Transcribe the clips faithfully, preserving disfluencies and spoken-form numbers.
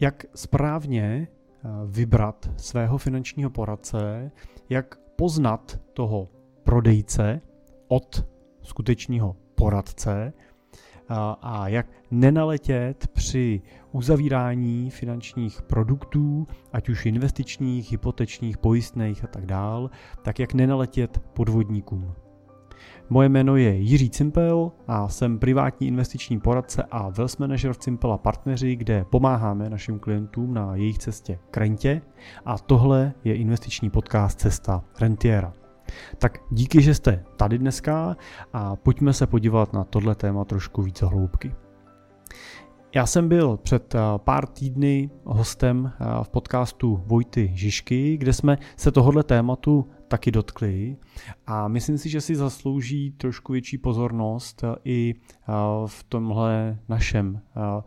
jak správně vybrat svého finančního poradce, jak poznat toho prodejce od skutečného poradce a jak nenaletět při uzavírání finančních produktů, ať už investičních, hypotečních, pojistných a tak dál, tak jak nenaletět podvodníkům. Moje jméno je Jiří Cimpel a jsem privátní investiční poradce a wealth manager v Cimpel a partneři, kde pomáháme našim klientům na jejich cestě k rentě, a tohle je investiční podcast Cesta rentiéra. Tak díky, že jste tady dneska a pojďme se podívat na tohle téma trošku více hloubky. Já jsem byl před pár týdny hostem v podcastu Vojty Žižky, kde jsme se tohohle tématu taky dotkli a myslím si, že si zaslouží trošku větší pozornost i v tomhle našem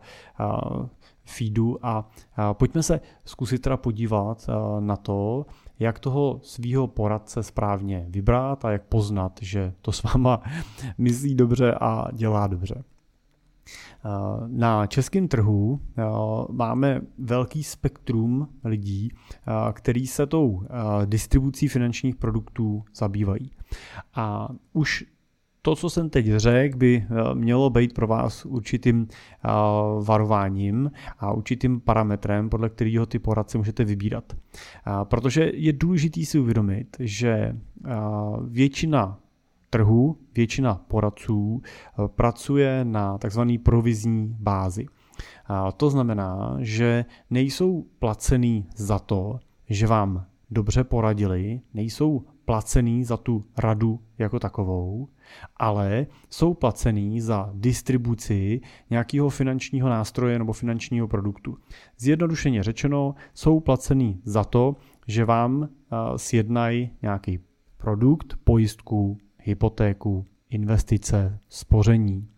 feedu a pojďme se zkusit teda podívat na to, jak toho svýho poradce správně vybrat a jak poznat, že to s váma myslí dobře a dělá dobře. Na českém trhu máme velký spektrum lidí, kteří se tou distribucí finančních produktů zabývají. A už to, co jsem teď řekl, by mělo být pro vás určitým varováním a určitým parametrem, podle kterého ty poradce můžete vybírat. Protože je důležité si uvědomit, že většina trhu, většina poradců pracuje na takzvané provizní bázi. To znamená, že nejsou placený za to, že vám dobře poradili, nejsou placený za tu radu jako takovou, ale jsou placený za distribuci nějakého finančního nástroje nebo finančního produktu. Zjednodušeně řečeno, jsou placený za to, že vám sjednají nějaký produkt, pojistku, hypotéku, investice, spoření.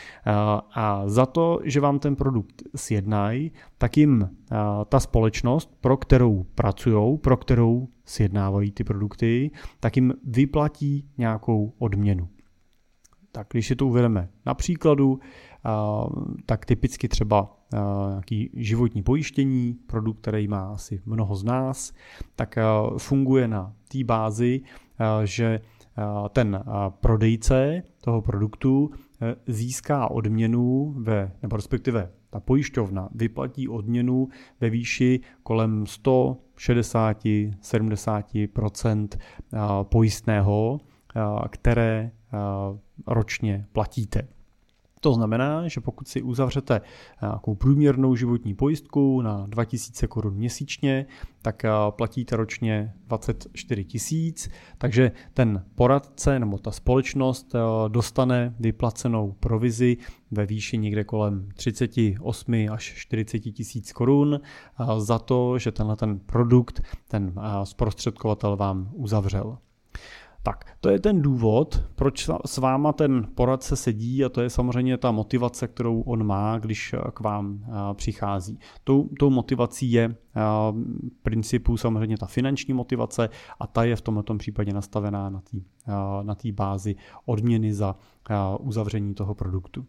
A za to, že vám ten produkt sjednají, tak jim ta společnost, pro kterou pracují, pro kterou sjednávají ty produkty, tak jim vyplatí nějakou odměnu. Tak když si to uvedeme na příkladu, tak typicky třeba nějaký životní pojištění, produkt, který má asi mnoho z nás, tak funguje na té bázi, že ten prodejce toho produktu získá odměnu, ve, nebo respektive ta pojišťovna vyplatí odměnu ve výši kolem sto šedesát až sedmdesát procent pojistného, které ročně platíte. To znamená, že pokud si uzavřete nějakou průměrnou životní pojistku na dva tisíce korun měsíčně, tak platíte ročně dvacet čtyři tisíc, takže ten poradce nebo ta společnost dostane vyplacenou provizi ve výši někde kolem třicet osm až čtyřicet tisíc korun za to, že tenhle ten produkt ten zprostředkovatel vám uzavřel. Tak, to je ten důvod, proč s váma ten poradce sedí, a to je samozřejmě ta motivace, kterou on má, když k vám přichází. Tou, tou motivací je v principu samozřejmě ta finanční motivace a ta je v tomto případě nastavená na té na té bázi odměny za uzavření toho produktu.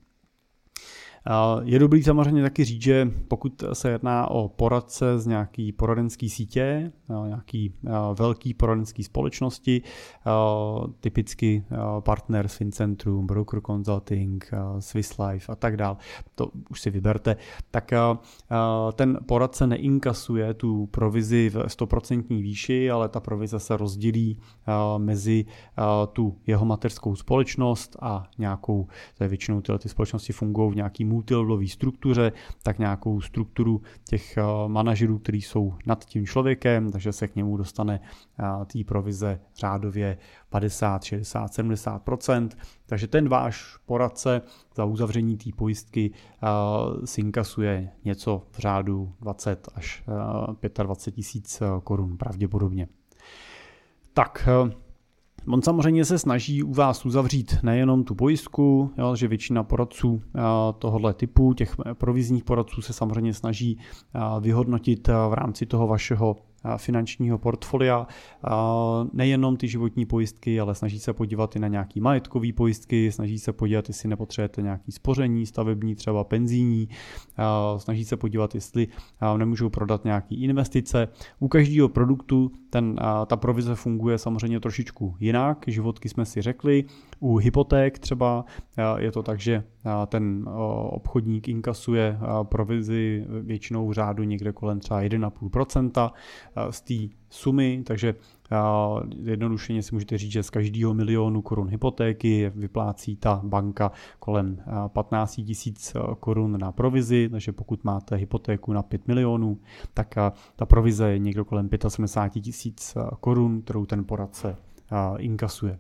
Je dobrý samozřejmě taky říct, že pokud se jedná o poradce z nějaký poradenský sítě, nějaký velký poradenský společnosti, typicky Partners, Fincentrum, Broker Consulting, Swiss Life a tak dále, to už si vyberte, tak ten poradce neinkasuje tu provizi v sto procent výši, ale ta provize se rozdělí mezi tu jeho mateřskou společnost a nějakou, to je většinou tyhle ty společnosti fungují v nějaký multilevelové struktuře, tak nějakou strukturu těch manažerů, kteří jsou nad tím člověkem, takže se k němu dostane té provize řádově padesát, šedesát, sedmdesát procent. Takže ten váš poradce za uzavření té pojistky si inkasuje něco v řádu dvacet až dvacet pět tisíc korun pravděpodobně. Tak, on samozřejmě se snaží u vás uzavřít nejenom tu pojistku, jo, že většina poradců tohoto typu, těch provizních poradců se samozřejmě snaží vyhodnotit v rámci toho vašeho finančního portfolia nejenom ty životní pojistky, ale snaží se podívat i na nějaký majetkový pojistky, snaží se podívat, jestli nepotřebujete nějaký spoření, stavební, třeba penzijní, snaží se podívat, jestli nemůžou prodat nějaký investice. U každého produktu ten, ta provize funguje samozřejmě trošičku jinak, životky jsme si řekli. U hypoték třeba je to tak, že ten obchodník inkasuje provizi většinou v řádu někde kolem třeba jedna celá pět procenta z té sumy, takže jednodušeně si můžete říct, že z každého milionu korun hypotéky vyplácí ta banka kolem patnáct tisíc korun na provizi, takže pokud máte hypotéku na pět milionů, tak ta provize je někde kolem sedmdesát pět tisíc korun, kterou ten poradce inkasuje.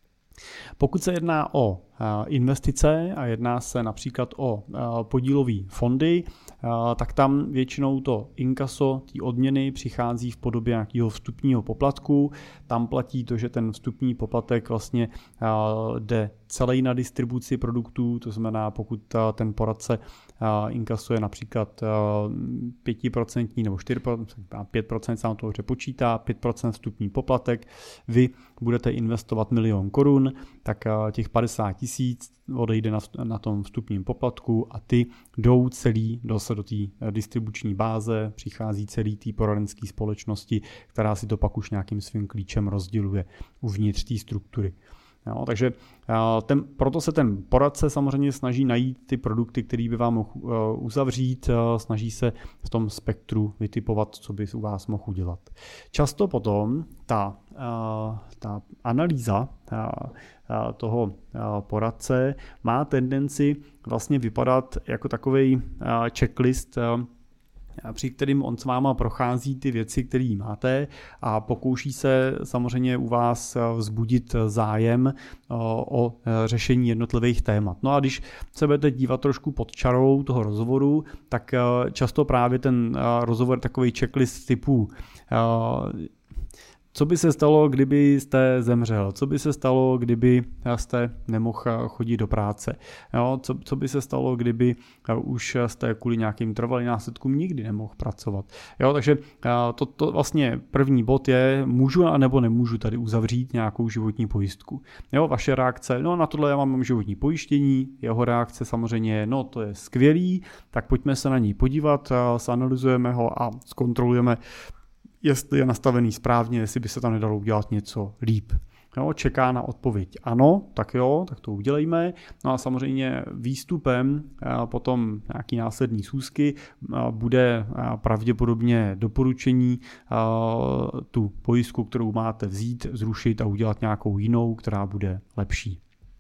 Pokud se jedná o investice a jedná se například o podílové fondy, tak tam většinou to inkaso, ty odměny přichází v podobě nějakého vstupního poplatku. Tam platí to, že ten vstupní poplatek vlastně jde celý na distribuci produktů, to znamená, pokud ten poradce inkasuje například pět procent nebo čtyři procenta, pět procent se vám to dobře počítá, pět procent vstupní poplatek, vy budete investovat milion korun, tak těch padesát tisíc odejde na, na tom vstupním poplatku a ty jdou celý do, do té distribuční báze, přichází celý té poradenské společnosti, která si to pak už nějakým svým klíčem rozděluje uvnitř té struktury. Jo, takže ten, proto se ten poradce samozřejmě snaží najít ty produkty, které by vám mohl uzavřít, snaží se v tom spektru vytipovat, co by u vás mohl udělat. Často potom ta, ta analýza toho poradce má tendenci vlastně vypadat jako takový checklist, při kterým on s váma prochází ty věci, které máte a pokouší se samozřejmě u vás vzbudit zájem o řešení jednotlivých témat. No a když se budete dívat trošku pod čarou toho rozhovoru, tak často právě ten rozhovor takový checklist typu co by se stalo, kdyby jste zemřel? Co by se stalo, kdyby jste nemohl chodit do práce? Jo, co, co by se stalo, kdyby už jste kvůli nějakým trvalým následkům nikdy nemohl pracovat? Jo, takže to, to vlastně první bod je, můžu a nebo nemůžu tady uzavřít nějakou životní pojistku. Jo, vaše reakce, no na tohle já mám životní pojištění, jeho reakce samozřejmě je, no to je skvělý, tak pojďme se na něj podívat, zanalyzujeme ho a zkontrolujeme, jestli je nastavený správně, jestli by se tam nedalo udělat něco líp. Jo, čeká na odpověď ano, tak jo, tak to udělejme. No a samozřejmě výstupem potom nějaký následný schůzky bude pravděpodobně doporučení tu pojistku, kterou máte vzít, zrušit a udělat nějakou jinou, která bude lepší.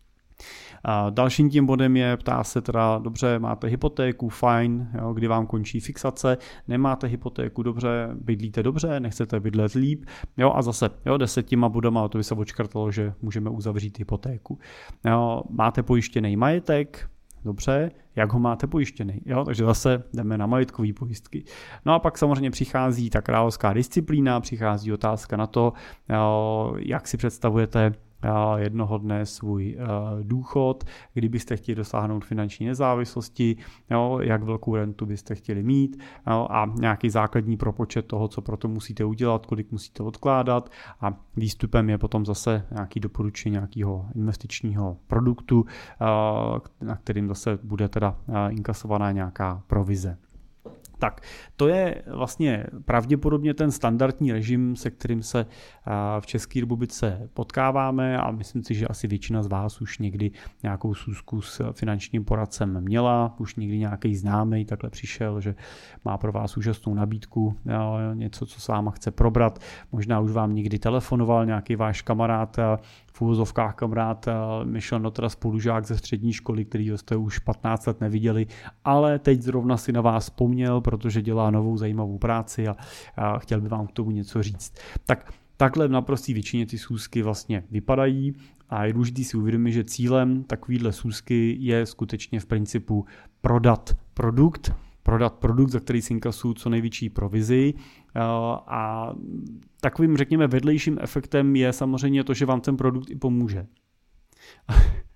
A dalším tím bodem je, ptá se teda, dobře, máte hypotéku, fajn, jo, kdy vám končí fixace, nemáte hypotéku, dobře, bydlíte dobře, nechcete bydlet líp, jo, a zase, jo, desetima bodama, to by se odškrtalo, že můžeme uzavřít hypotéku. Jo, máte pojištěný majetek, dobře, jak ho máte pojištěný, jo, takže zase jdeme na majetkové pojistky. No a pak samozřejmě přichází ta královská disciplína, přichází otázka na to, jo, jak si představujete jednoho dne svůj důchod, kdybyste chtěli dosáhnout finanční nezávislosti, jo, jak velkou rentu byste chtěli mít, jo, a nějaký základní propočet toho, co pro to musíte udělat, kolik musíte odkládat a výstupem je potom zase nějaký doporučení nějakého investičního produktu, na kterým zase bude teda inkasovaná nějaká provize. Tak, to je vlastně pravděpodobně ten standardní režim, se kterým se v České republice potkáváme a myslím si, že asi většina z vás už někdy nějakou schůzku s finančním poradcem měla, už někdy nějaký známý takhle přišel, že má pro vás úžasnou nabídku, něco, co s váma chce probrat, možná už vám někdy telefonoval nějaký váš kamarád, v úvozovkách kamarád Michel Notra, spolužák ze střední školy, kterýho jste už patnáct let neviděli, ale teď zrovna si na vás vzpomněl, protože dělá novou zajímavou práci a, a chtěl by vám k tomu něco říct. Tak takhle v naprosté většině ty schůzky vlastně vypadají a je důležité si uvědomit, že cílem takovýhle schůzky je skutečně v principu prodat produkt, prodat produkt, za který si inkasuju co největší provizi a takovým, řekněme, vedlejším efektem je samozřejmě to, že vám ten produkt i pomůže.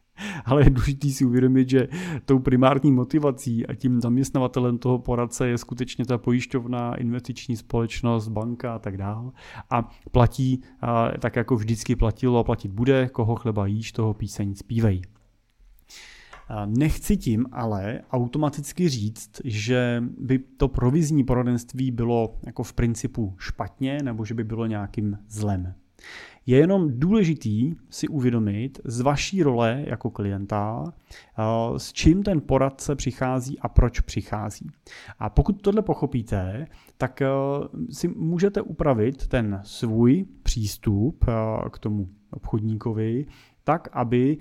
ale je důležité si uvědomit, že tou primární motivací a tím zaměstnavatelem toho poradce je skutečně ta pojišťovna, investiční společnost, banka a tak dále. A platí tak, jako vždycky platilo a platit bude, koho chleba jíš, toho píseň zpívej. Nechci tím ale automaticky říct, že by to provizní poradenství bylo jako v principu špatně nebo že by bylo nějakým zlem. Je jenom důležitý si uvědomit z vaší role jako klienta, s čím ten poradce přichází a proč přichází. A pokud tohle pochopíte, tak si můžete upravit ten svůj přístup k tomu obchodníkovi tak, aby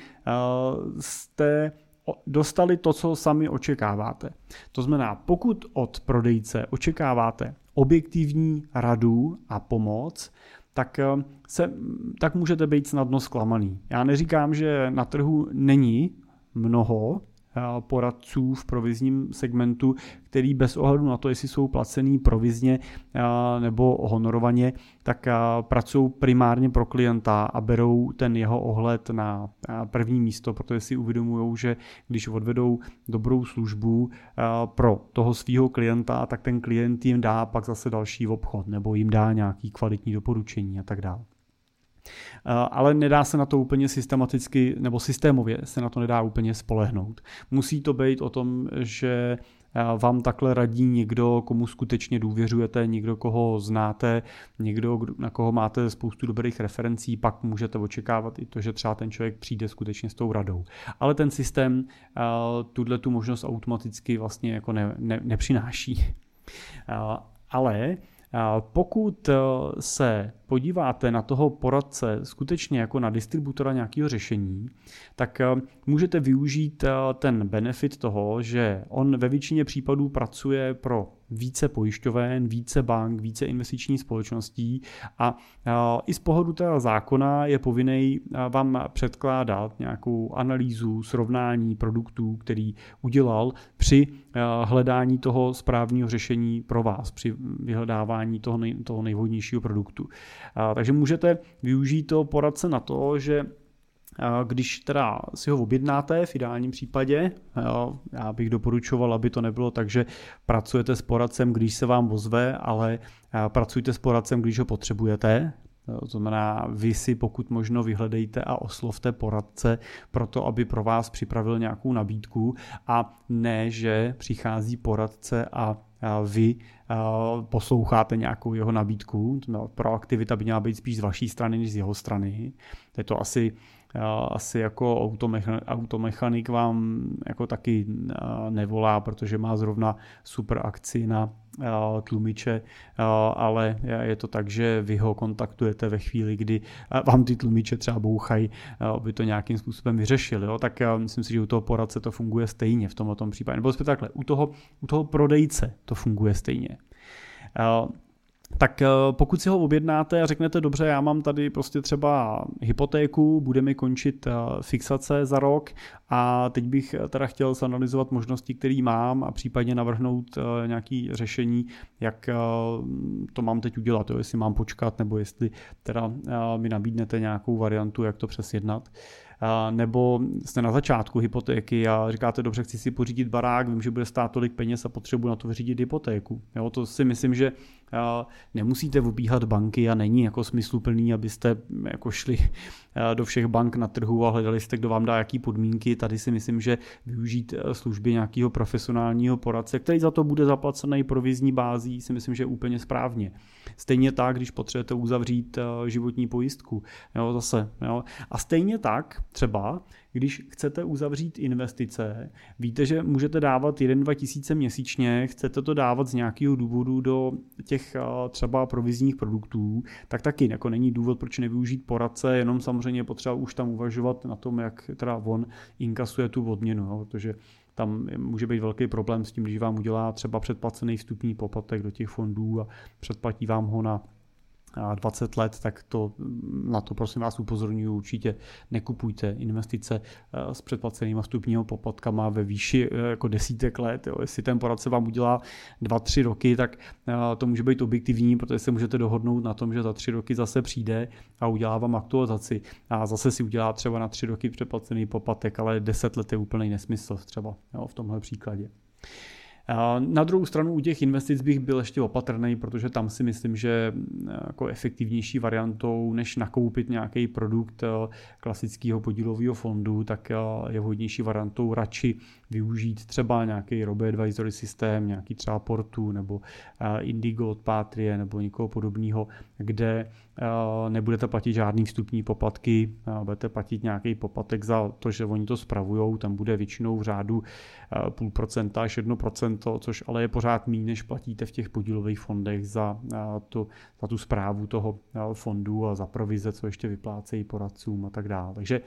jste dostali to, co sami očekáváte. To znamená, pokud od prodejce očekáváte objektivní radu a pomoc, tak, se, tak můžete být snadno zklamaný. Já neříkám, že na trhu není mnoho poradců v provizním segmentu, který bez ohledu na to, jestli jsou placený provizně nebo honorovaně, tak pracují primárně pro klienta a berou ten jeho ohled na první místo, protože si uvědomují, že když odvedou dobrou službu pro toho svého klienta, tak ten klient jim dá pak zase další obchod nebo jim dá nějaký kvalitní doporučení a tak dále. Ale nedá se na to úplně systematicky nebo systémově se na to nedá úplně spolehnout. Musí to být o tom, že vám takhle radí někdo, komu skutečně důvěřujete, někdo, koho znáte, někdo, na koho máte spoustu dobrých referencí, pak můžete očekávat i to, že třeba ten člověk přijde skutečně s tou radou. Ale ten systém tuhle tu možnost automaticky vlastně jako ne, ne, nepřináší. Ale pokud se podíváte na toho poradce skutečně jako na distributora nějakého řešení, tak můžete využít ten benefit toho, že on ve většině případů pracuje pro více pojišťoven, více bank, více investičních společností a i z pohledu toho zákona je povinný vám předkládat nějakou analýzu, srovnání produktů, který udělal při hledání toho správného řešení pro vás, při vyhledávání toho, nej, toho nejvhodnějšího produktu. Takže můžete využít toho poradce na to, že když teda si ho objednáte v ideálním případě, já bych doporučoval, aby to nebylo tak, že pracujete s poradcem, když se vám ozve, ale pracujte s poradcem, když ho potřebujete. To znamená, vy si pokud možno vyhledejte a oslovte poradce pro to, aby pro vás připravil nějakou nabídku a ne, že přichází poradce a vy posloucháte nějakou jeho nabídku. Proaktivita by měla být spíš z vaší strany než z jeho strany. To je to asi asi jako automechanik, automechanik vám jako taky nevolá, protože má zrovna super akci na tlumiče, ale je to tak, že vy ho kontaktujete ve chvíli, kdy vám ty tlumiče třeba bouchají, aby to nějakým způsobem vyřešili. Jo? Tak myslím si, že u toho poradce to funguje stejně v tomto případě. Nebo takhle, u toho, u toho prodejce to funguje stejně. Tak pokud si ho objednáte a řeknete, dobře, já mám tady prostě třeba hypotéku, bude mi končit fixace za rok a teď bych teda chtěl zanalyzovat možnosti, které mám a případně navrhnout nějaké řešení, jak to mám teď udělat, jo? Jestli mám počkat nebo jestli teda mi nabídnete nějakou variantu, jak to přesjednat. Nebo jste na začátku hypotéky a říkáte, dobře, chci si pořídit barák, vím, že bude stát tolik peněz a potřebuji na to vyřídit hypotéku. Jo, to si myslím, že nemusíte obíhat banky a není jako smysluplný, abyste jako šli do všech bank na trhu a hledali jste, kdo vám dá jaký podmínky. Tady si myslím, že využít služby nějakého profesionálního poradce, který za to bude zaplacený provizní bází, si myslím, že je úplně správně. Stejně tak, když potřebujete uzavřít životní pojistku. Jo, zase, jo. A stejně tak třeba, když chcete uzavřít investice, víte, že můžete dávat jeden až dva tisíce měsíčně, chcete to dávat z nějakého důvodu do těch třeba provizních produktů, tak taky jako není důvod, proč nevyužít poradce, jenom samozřejmě potřeba už tam uvažovat na tom, jak teda on inkasuje tu odměnu, jo, protože tam může být velký problém s tím, když vám udělá třeba předplacený vstupní poplatek do těch fondů a předplatí vám ho na dvacet let, tak to, na to prosím vás upozorňuji, určitě nekupujte investice s předplacenýma vstupními poplatkama ve výši jako desítek let. Jo. Jestli ten poradce vám udělá dva, tři roky, tak to může být objektivní, protože se můžete dohodnout na tom, že za tři roky zase přijde a udělá vám aktualizaci a zase si udělá třeba na tři roky předplacený poplatek, ale deset let je úplný nesmysl třeba, jo, v tomhle příkladě. Na druhou stranu u těch investic bych byl ještě opatrný, protože tam si myslím, že jako efektivnější variantou, než nakoupit nějaký produkt klasického podílového fondu, tak je vhodnější variantou radši využít třeba nějaký robo-advisory systém, nějaký třeba Portu nebo Indigo od Patrie nebo někoho podobného, kde nebudete platit žádný vstupní poplatky, budete platit nějaký poplatek za to, že oni to spravujou, tam bude většinou v řádu půl procenta až jedno procento, což ale je pořád méně, než platíte v těch podílových fondech za, to, za tu správu toho fondu a za provize, co ještě vyplácejí poradcům a tak dále. Takže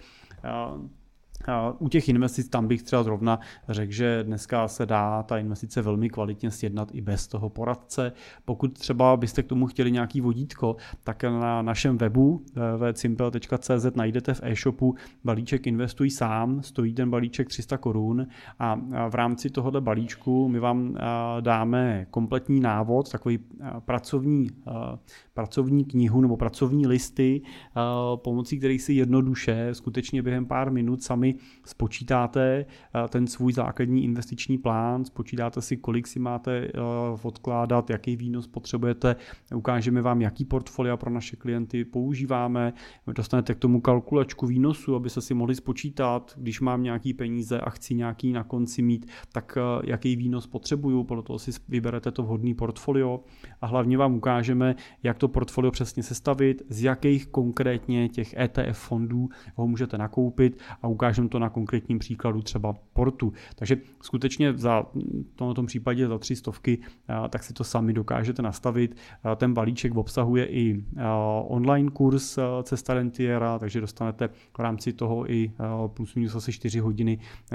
u těch investic tam bych třeba zrovna řekl, že dneska se dá ta investice velmi kvalitně sjednat i bez toho poradce. Pokud třeba byste k tomu chtěli nějaký vodítko, tak na našem webu w w w tečka simple tečka c z najdete v e-shopu balíček Investuj sám, stojí ten balíček tři sta korun a v rámci tohoto balíčku my vám dáme kompletní návod, takový pracovní, pracovní knihu nebo pracovní listy, pomocí kterých si jednoduše, skutečně během pár minut sami spočítáte ten svůj základní investiční plán, spočítáte si, kolik si máte odkládat, jaký výnos potřebujete, ukážeme vám, jaký portfolia pro naše klienty používáme, dostanete k tomu kalkulačku výnosu, aby se si mohli spočítat, když mám nějaký peníze a chci nějaký na konci mít, tak jaký výnos potřebuju, podle toho si vyberete to vhodný portfolio a hlavně vám ukážeme, jak to portfolio přesně sestavit, z jakých konkrétně těch E T F fondů ho můžete nakoupit a ukážeme to na konkrétním příkladu třeba Portu. Takže skutečně za tomto případě za tři stovky, tak si to sami dokážete nastavit. Ten balíček obsahuje i online kurz Cesta rentiera, takže dostanete v rámci toho i plus minus asi čtyři hodiny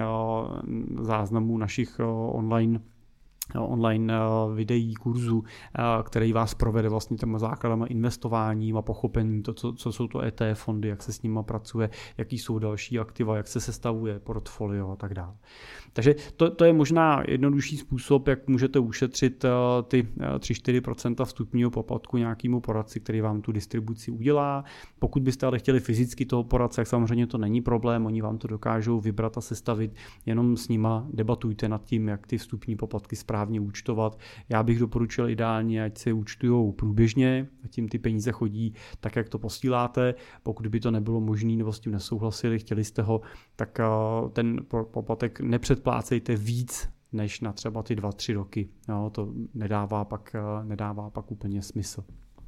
záznamů našich online online videí, kurzu, který vás provede vlastně těma základama investováním a pochopením to, co, co jsou to E T F fondy, jak se s nimi pracuje, jaký jsou další aktiva, jak se sestavuje portfolio a tak dále. Takže to, to je možná jednodušší způsob, jak můžete ušetřit ty tři až čtyři procenta vstupního poplatku nějakému poradci, který vám tu distribuci udělá. Pokud byste ale chtěli fyzicky toho poradce, tak samozřejmě to není problém, oni vám to dokážou vybrat a sestavit, jenom s nima debatujte nad tím, jak ty vstupní poplatky správně účtovat. Já bych doporučil ideálně, ať se účtujou průběžně, a tím ty peníze chodí tak, jak to posíláte. Pokud by to nebylo možné nebo s tím nesouhlasili, chtěli jste ho, tak ten poplatek nepředplácejte víc než na třeba ty dva, tři roky. No, to nedává pak, nedává pak úplně smysl.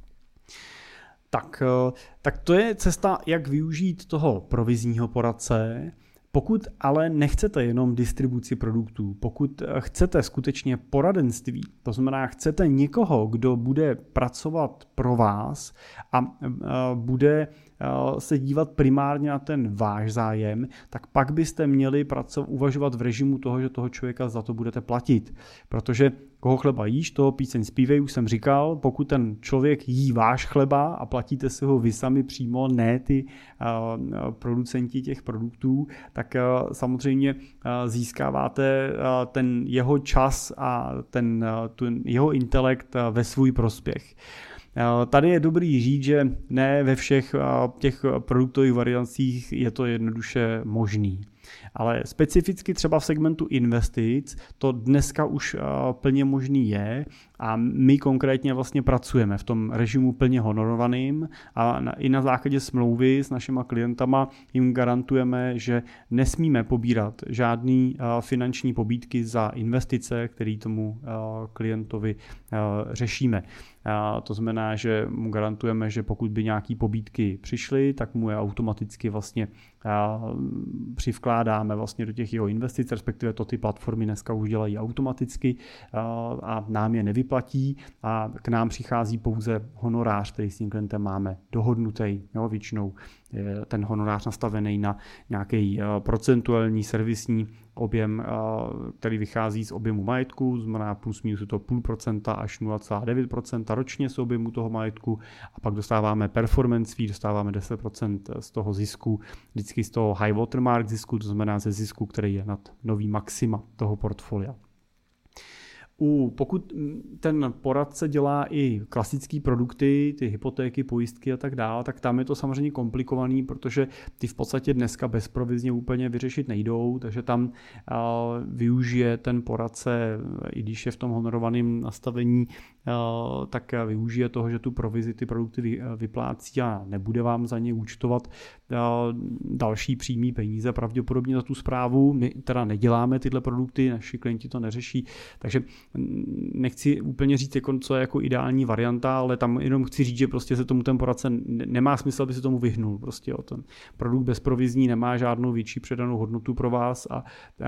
Tak, tak to je cesta, jak využít toho provizního poradce. Pokud ale nechcete jenom distribuci produktů, pokud chcete skutečně poradenství, to znamená, chcete někoho, kdo bude pracovat pro vás a bude se dívat primárně na ten váš zájem, tak pak byste měli pracovat, uvažovat v režimu toho, že toho člověka za to budete platit. Protože koho chleba jíš, toho píseň zpívej, už jsem říkal, pokud ten člověk jí váš chleba a platíte si ho vy sami přímo, ne ty uh, producenti těch produktů, tak uh, samozřejmě uh, získáváte uh, ten jeho čas a ten, uh, ten jeho intelekt uh, ve svůj prospěch. Tady je dobrý říct, že ne ve všech těch produktových variancích je to jednoduše možný. Ale specificky třeba v segmentu investic to dneska už plně možný je a my konkrétně vlastně pracujeme v tom režimu plně honorovaným a i na základě smlouvy s našima klientama jim garantujeme, že nesmíme pobírat žádný finanční pobídky za investice, které tomu klientovi řešíme. To znamená, že mu garantujeme, že pokud by nějaký pobídky přišly, tak mu je automaticky vlastně přivkládáme vlastně do těch jeho investic, respektive to ty platformy dneska už dělají automaticky a nám je nevyplatí a k nám přichází pouze honorář, který s tím klientem máme dohodnutý. Jo, většinou je ten honorář nastavený na nějaký procentuální servisní objem, který vychází z objemu majetku, znamená plus minus to půl procenta až nula celá devět procenta ročně z objemu toho majetku a pak dostáváme performance fee, dostáváme deset procent z toho zisku, vždycky z toho high watermark zisku, to znamená ze zisku, který je nad nový maxima toho portfolia. U, pokud ten poradce dělá i klasické produkty, ty hypotéky, pojistky a tak dále, tak tam je to samozřejmě komplikovaný, protože ty v podstatě dneska bezprovizně úplně vyřešit nejdou, takže tam uh, využije ten poradce, i když je v tom honorovaném nastavení, uh, tak využije toho, že tu provizi ty produkty vy, vyplácí a nebude vám za ně účtovat uh, další přímý peníze pravděpodobně za tu správu. My teda neděláme tyhle produkty, naši klienti to neřeší, takže nechci úplně říct, co je jako ideální varianta, ale tam jenom chci říct, že prostě se tomu ten poradce nemá smysl, aby se tomu vyhnul. Prostě o ten produkt bezprovizní nemá žádnou větší předanou hodnotu pro vás a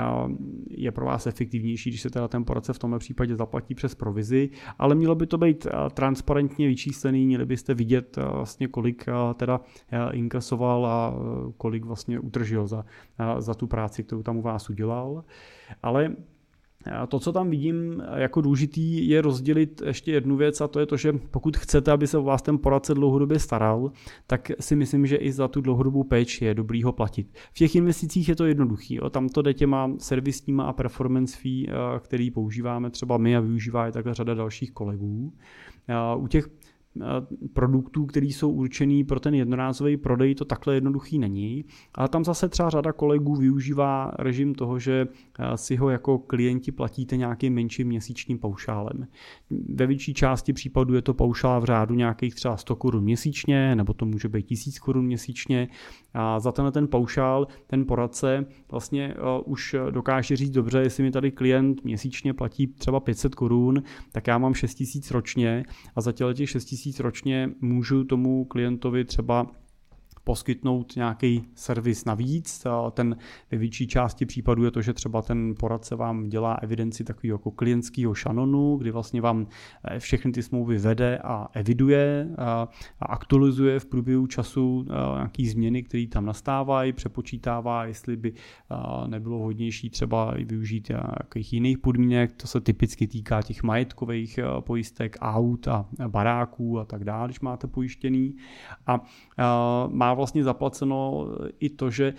je pro vás efektivnější, když se teda ten poradce v tomhle případě zaplatí přes provizi, ale mělo by to být transparentně vyčíslený, měli byste vidět vlastně, kolik teda inkasoval a kolik vlastně utržil za, za tu práci, kterou tam u vás udělal. Ale to, co tam vidím jako důležitý, je rozdělit ještě jednu věc a to je to, že pokud chcete, aby se o vás ten poradce dlouhodobě staral, tak si myslím, že i za tu dlouhodobou péči je dobrý ho platit. V těch investicích je to jednoduchý. Jo. Tam to jde těma servisníma a performance fee, který používáme třeba my a využívá je takhle řada dalších kolegů. U těch produktů, které jsou určený pro ten jednorázový prodej, to takhle jednoduchý není. Ale tam zase třeba řada kolegů využívá režim toho, že si ho jako klienti platíte nějakým menším měsíčním paušálem. Ve větší části případů je to paušál v řádu nějakých třeba sto korun měsíčně, nebo to může být tisíc korun měsíčně. A za tenhle ten paušál ten poradce vlastně už dokáže říct dobře, jestli mi tady klient měsíčně platí třeba pět set korun, tak já mám šest tisíc ročně a za těch šest tisíc ročně můžu tomu klientovi třeba poskytnout nějaký servis navíc. Ten ve větší části případů je to, že třeba ten poradce vám dělá evidenci takového jako klientského šanonu, kdy vlastně vám všechny ty smlouvy vede a eviduje a aktualizuje v průběhu času nějaký změny, které tam nastávají, přepočítává, jestli by nebylo vhodnější třeba využít nějakých jiných podmínek. To se typicky týká těch majetkových pojistek, aut a baráků a tak dále, když máte pojištěný. A má vlastně zaplaceno i to, že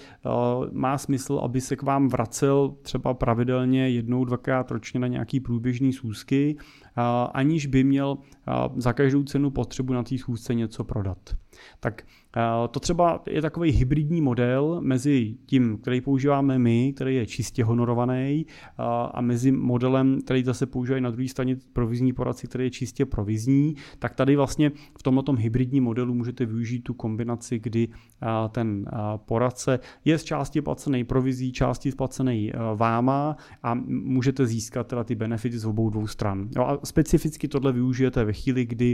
má smysl, aby se k vám vracel třeba pravidelně jednou, dvakrát ročně na nějaký průběžný schůzky, aniž by měl za každou cenu potřebu na té schůzce něco prodat. Tak to třeba je takový hybridní model mezi tím, který používáme my, který je čistě honorovaný, a mezi modelem, který zase používají na druhé straně provizní poradci, který je čistě provizní. Tak tady vlastně v tomto hybridním modelu můžete využít tu kombinaci, kdy ten poradce je z části placený provizí, části placený váma a můžete získat teda ty benefity z obou dvou stran. Jo, a specificky tohle využijete ve chvíli, kdy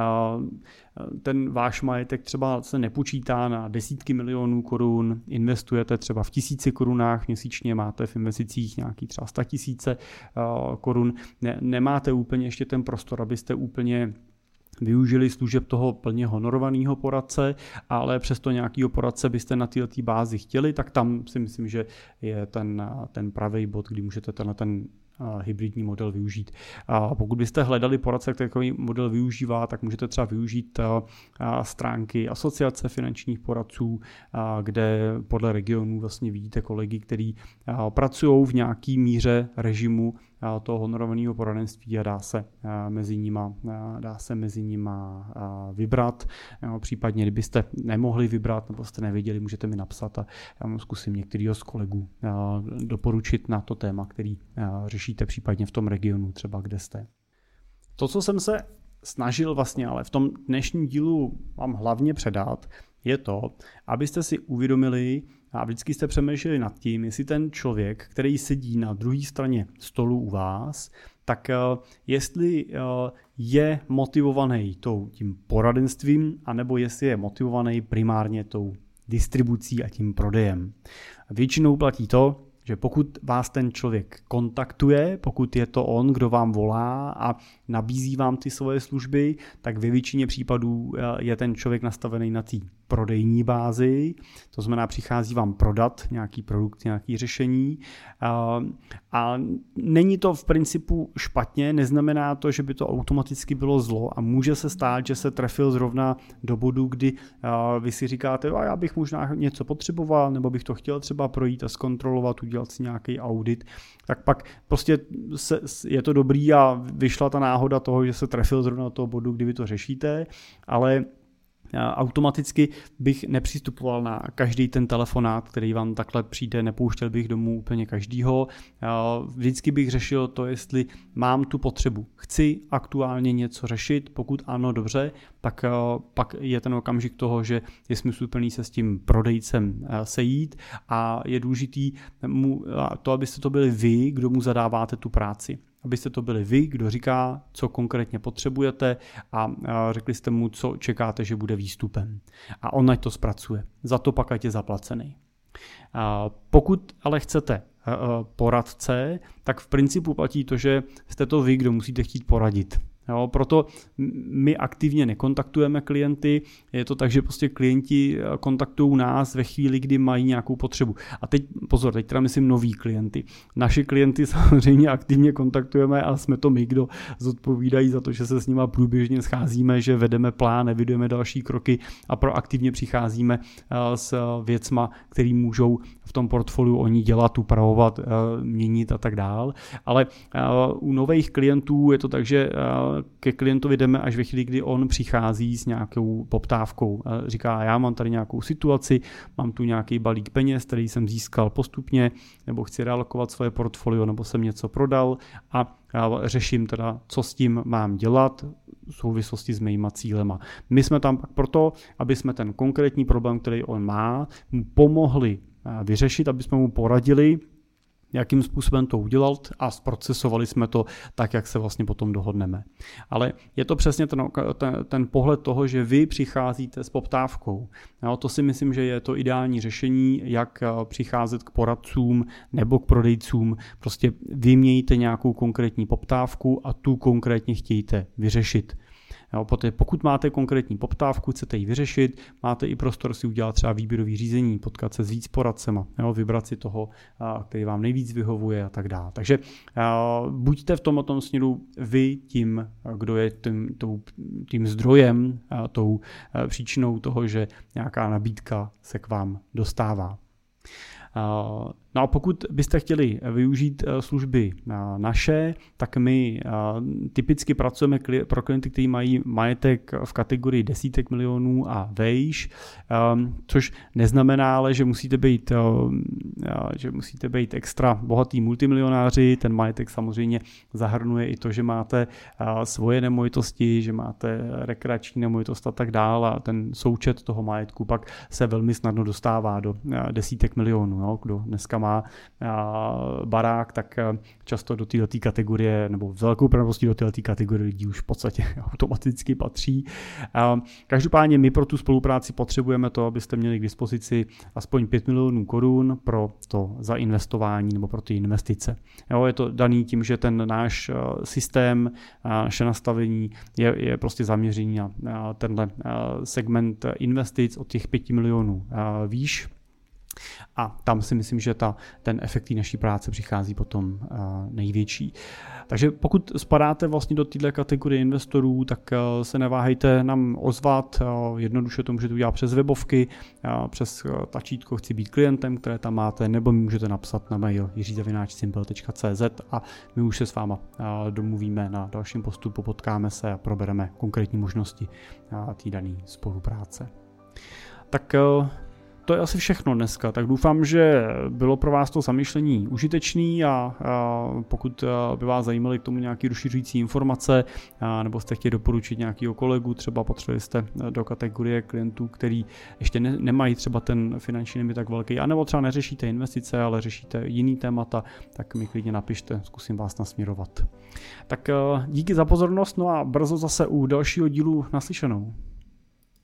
ten váš majetek třeba se nepočítá na desítky milionů korun, investujete třeba v tisíci korunách měsíčně, máte v investicích nějaký třeba sta tisíce korun, ne, nemáte úplně ještě ten prostor, abyste úplně využili služeb toho plně honorovaného poradce, ale přesto nějakého poradce byste na této bázi chtěli, tak tam si myslím, že je ten, ten pravý bod, kdy můžete tenhle ten hybridní model využít. A pokud byste hledali poradce, který takový model využívá, tak můžete třeba využít stránky Asociace finančních poradců, kde podle regionů vlastně vidíte kolegy, kteří pracují v nějaký míře režimu toho honorovaného poradenství a dá se mezi nima, dá se mezi nima vybrat. Případně, kdybyste nemohli vybrat nebo jste nevěděli, můžete mi napsat a já vám zkusím některýho z kolegů doporučit na to téma, který řešíte případně v tom regionu, třeba kde jste. To, co jsem se snažil vlastně, ale v tom dnešním dílu vám hlavně předat, je to, abyste si uvědomili a vždycky jste přemýšleli nad tím, jestli ten člověk, který sedí na druhé straně stolu u vás, tak jestli je motivovaný tou tím poradenstvím, anebo jestli je motivovaný primárně tou distribucí a tím prodejem. Většinou platí to, že pokud vás ten člověk kontaktuje, pokud je to on, kdo vám volá a nabízí vám ty svoje služby, tak ve většině případů je ten člověk nastavený na té prodejní bázi, to znamená přichází vám prodat nějaký produkt, nějaký řešení a, a není to v principu špatně, neznamená to, že by to automaticky bylo zlo a může se stát, že se trefil zrovna do bodu, kdy a, vy si říkáte, a já bych možná něco potřeboval, nebo bych to chtěl třeba projít a zkontrolovat, udělat si nějaký audit, tak pak prostě se, je to dobrý a vyšla ta náhoda toho, že se trefil zrovna do toho bodu, kdy vy to řešíte, ale automaticky bych nepřistupoval na každý ten telefonát, který vám takhle přijde, nepouštěl bych domů úplně každýho. Vždycky bych řešil to, jestli mám tu potřebu. Chci aktuálně něco řešit, pokud ano, dobře, tak pak je ten okamžik toho, že je smysluplný se s tím prodejcem sejít a je důležitý mu, to, abyste to byli vy, kdo mu zadáváte tu práci. Abyste to byli vy, kdo říká, co konkrétně potřebujete a řekli jste mu, co čekáte, že bude výstupem. A on ať to zpracuje. Za to pak ať je zaplacený. Pokud ale chcete poradce, tak v principu platí to, že jste to vy, kdo musíte chtít poradit. Jo, proto my aktivně nekontaktujeme klienty, je to tak, že prostě klienti kontaktují nás ve chvíli, kdy mají nějakou potřebu. A teď pozor, teď teda myslím noví klienty. Naše klienty samozřejmě aktivně kontaktujeme a jsme to my, kdo zodpovídají za to, že se s nima průběžně scházíme, že vedeme plán, evidujeme další kroky a proaktivně přicházíme s věcma, které můžou v tom portfoliu oni dělat, upravovat, měnit a tak dál. Ale u nových klientů je to tak, že ke klientovi jdeme až ve chvíli, kdy on přichází s nějakou poptávkou. Říká, já mám tady nějakou situaci, mám tu nějaký balík peněz, který jsem získal postupně, nebo chci realokovat svoje portfolio, nebo jsem něco prodal a řeším teda, co s tím mám dělat v souvislosti s mýma cílema. My jsme tam pak proto, aby jsme ten konkrétní problém, který on má, mu pomohli vyřešit, aby jsme mu poradili, jakým způsobem to udělat a zprocesovali jsme to tak, jak se vlastně potom dohodneme. Ale je to přesně ten, ten, ten pohled toho, že vy přicházíte s poptávkou. Jo, to si myslím, že je to ideální řešení, jak přicházet k poradcům nebo k prodejcům. Prostě vy mějte nějakou konkrétní poptávku a tu konkrétně chtějte vyřešit. Jo, pokud máte konkrétní poptávku, chcete ji vyřešit, máte i prostor si udělat třeba výběrový řízení, potkat se s víc poradcema, jo, vybrat si toho, který vám nejvíc vyhovuje a tak dále. Takže buďte v tomto směru vy tím, kdo je tím, tím zdrojem, tou příčinou toho, že nějaká nabídka se k vám dostává. No a pokud byste chtěli využít služby naše, tak my typicky pracujeme pro klienty, kteří mají majetek v kategorii desítek milionů a vejš, což neznamená ale, že musíte být, že musíte být extra bohatý multimilionáři. Ten majetek samozřejmě zahrnuje i to, že máte svoje nemovitosti, že máte rekreační nemovitost a tak dále a ten součet toho majetku pak se velmi snadno dostává do desítek milionů. Jo? Kdo dneska má barák, tak často do této kategorie, nebo s velkou pravděpodobností do této kategorie lidí už v podstatě automaticky patří. Každopádně my pro tu spolupráci potřebujeme to, abyste měli k dispozici aspoň pět milionů korun pro to zainvestování nebo pro ty investice. Jo, je to daný tím, že ten náš systém, naše nastavení je, je prostě zaměřený na tenhle segment investic od těch pěti milionů výš. A tam si myslím, že ta, ten efekt naší práce přichází potom uh, největší. Takže pokud spadáte vlastně do této kategorie investorů, tak uh, se neváhejte nám ozvat. Uh, jednoduše to můžete udělat přes webovky, uh, přes uh, tlačítko chci být klientem, které tam máte, nebo mi můžete napsat na mail jiří zavináč simple tečka cé zet a my už se s váma uh, domluvíme na dalším postupu, potkáme se a probereme konkrétní možnosti uh, té dané spolupráce. Tak uh, to je asi všechno dneska, tak doufám, že bylo pro vás to zamyšlení užitečný a, a pokud by vás zajímaly k tomu nějaké rozšiřující informace a, nebo jste chtěli doporučit nějakého kolegu, třeba potřebovali jste do kategorie klientů, který ještě ne, nemají třeba ten finanční limit tak velký, anebo třeba neřešíte investice, ale řešíte jiný témata, tak mi klidně napište, zkusím vás nasměrovat. Tak díky za pozornost, no a brzo zase u dalšího dílu naslyšenou.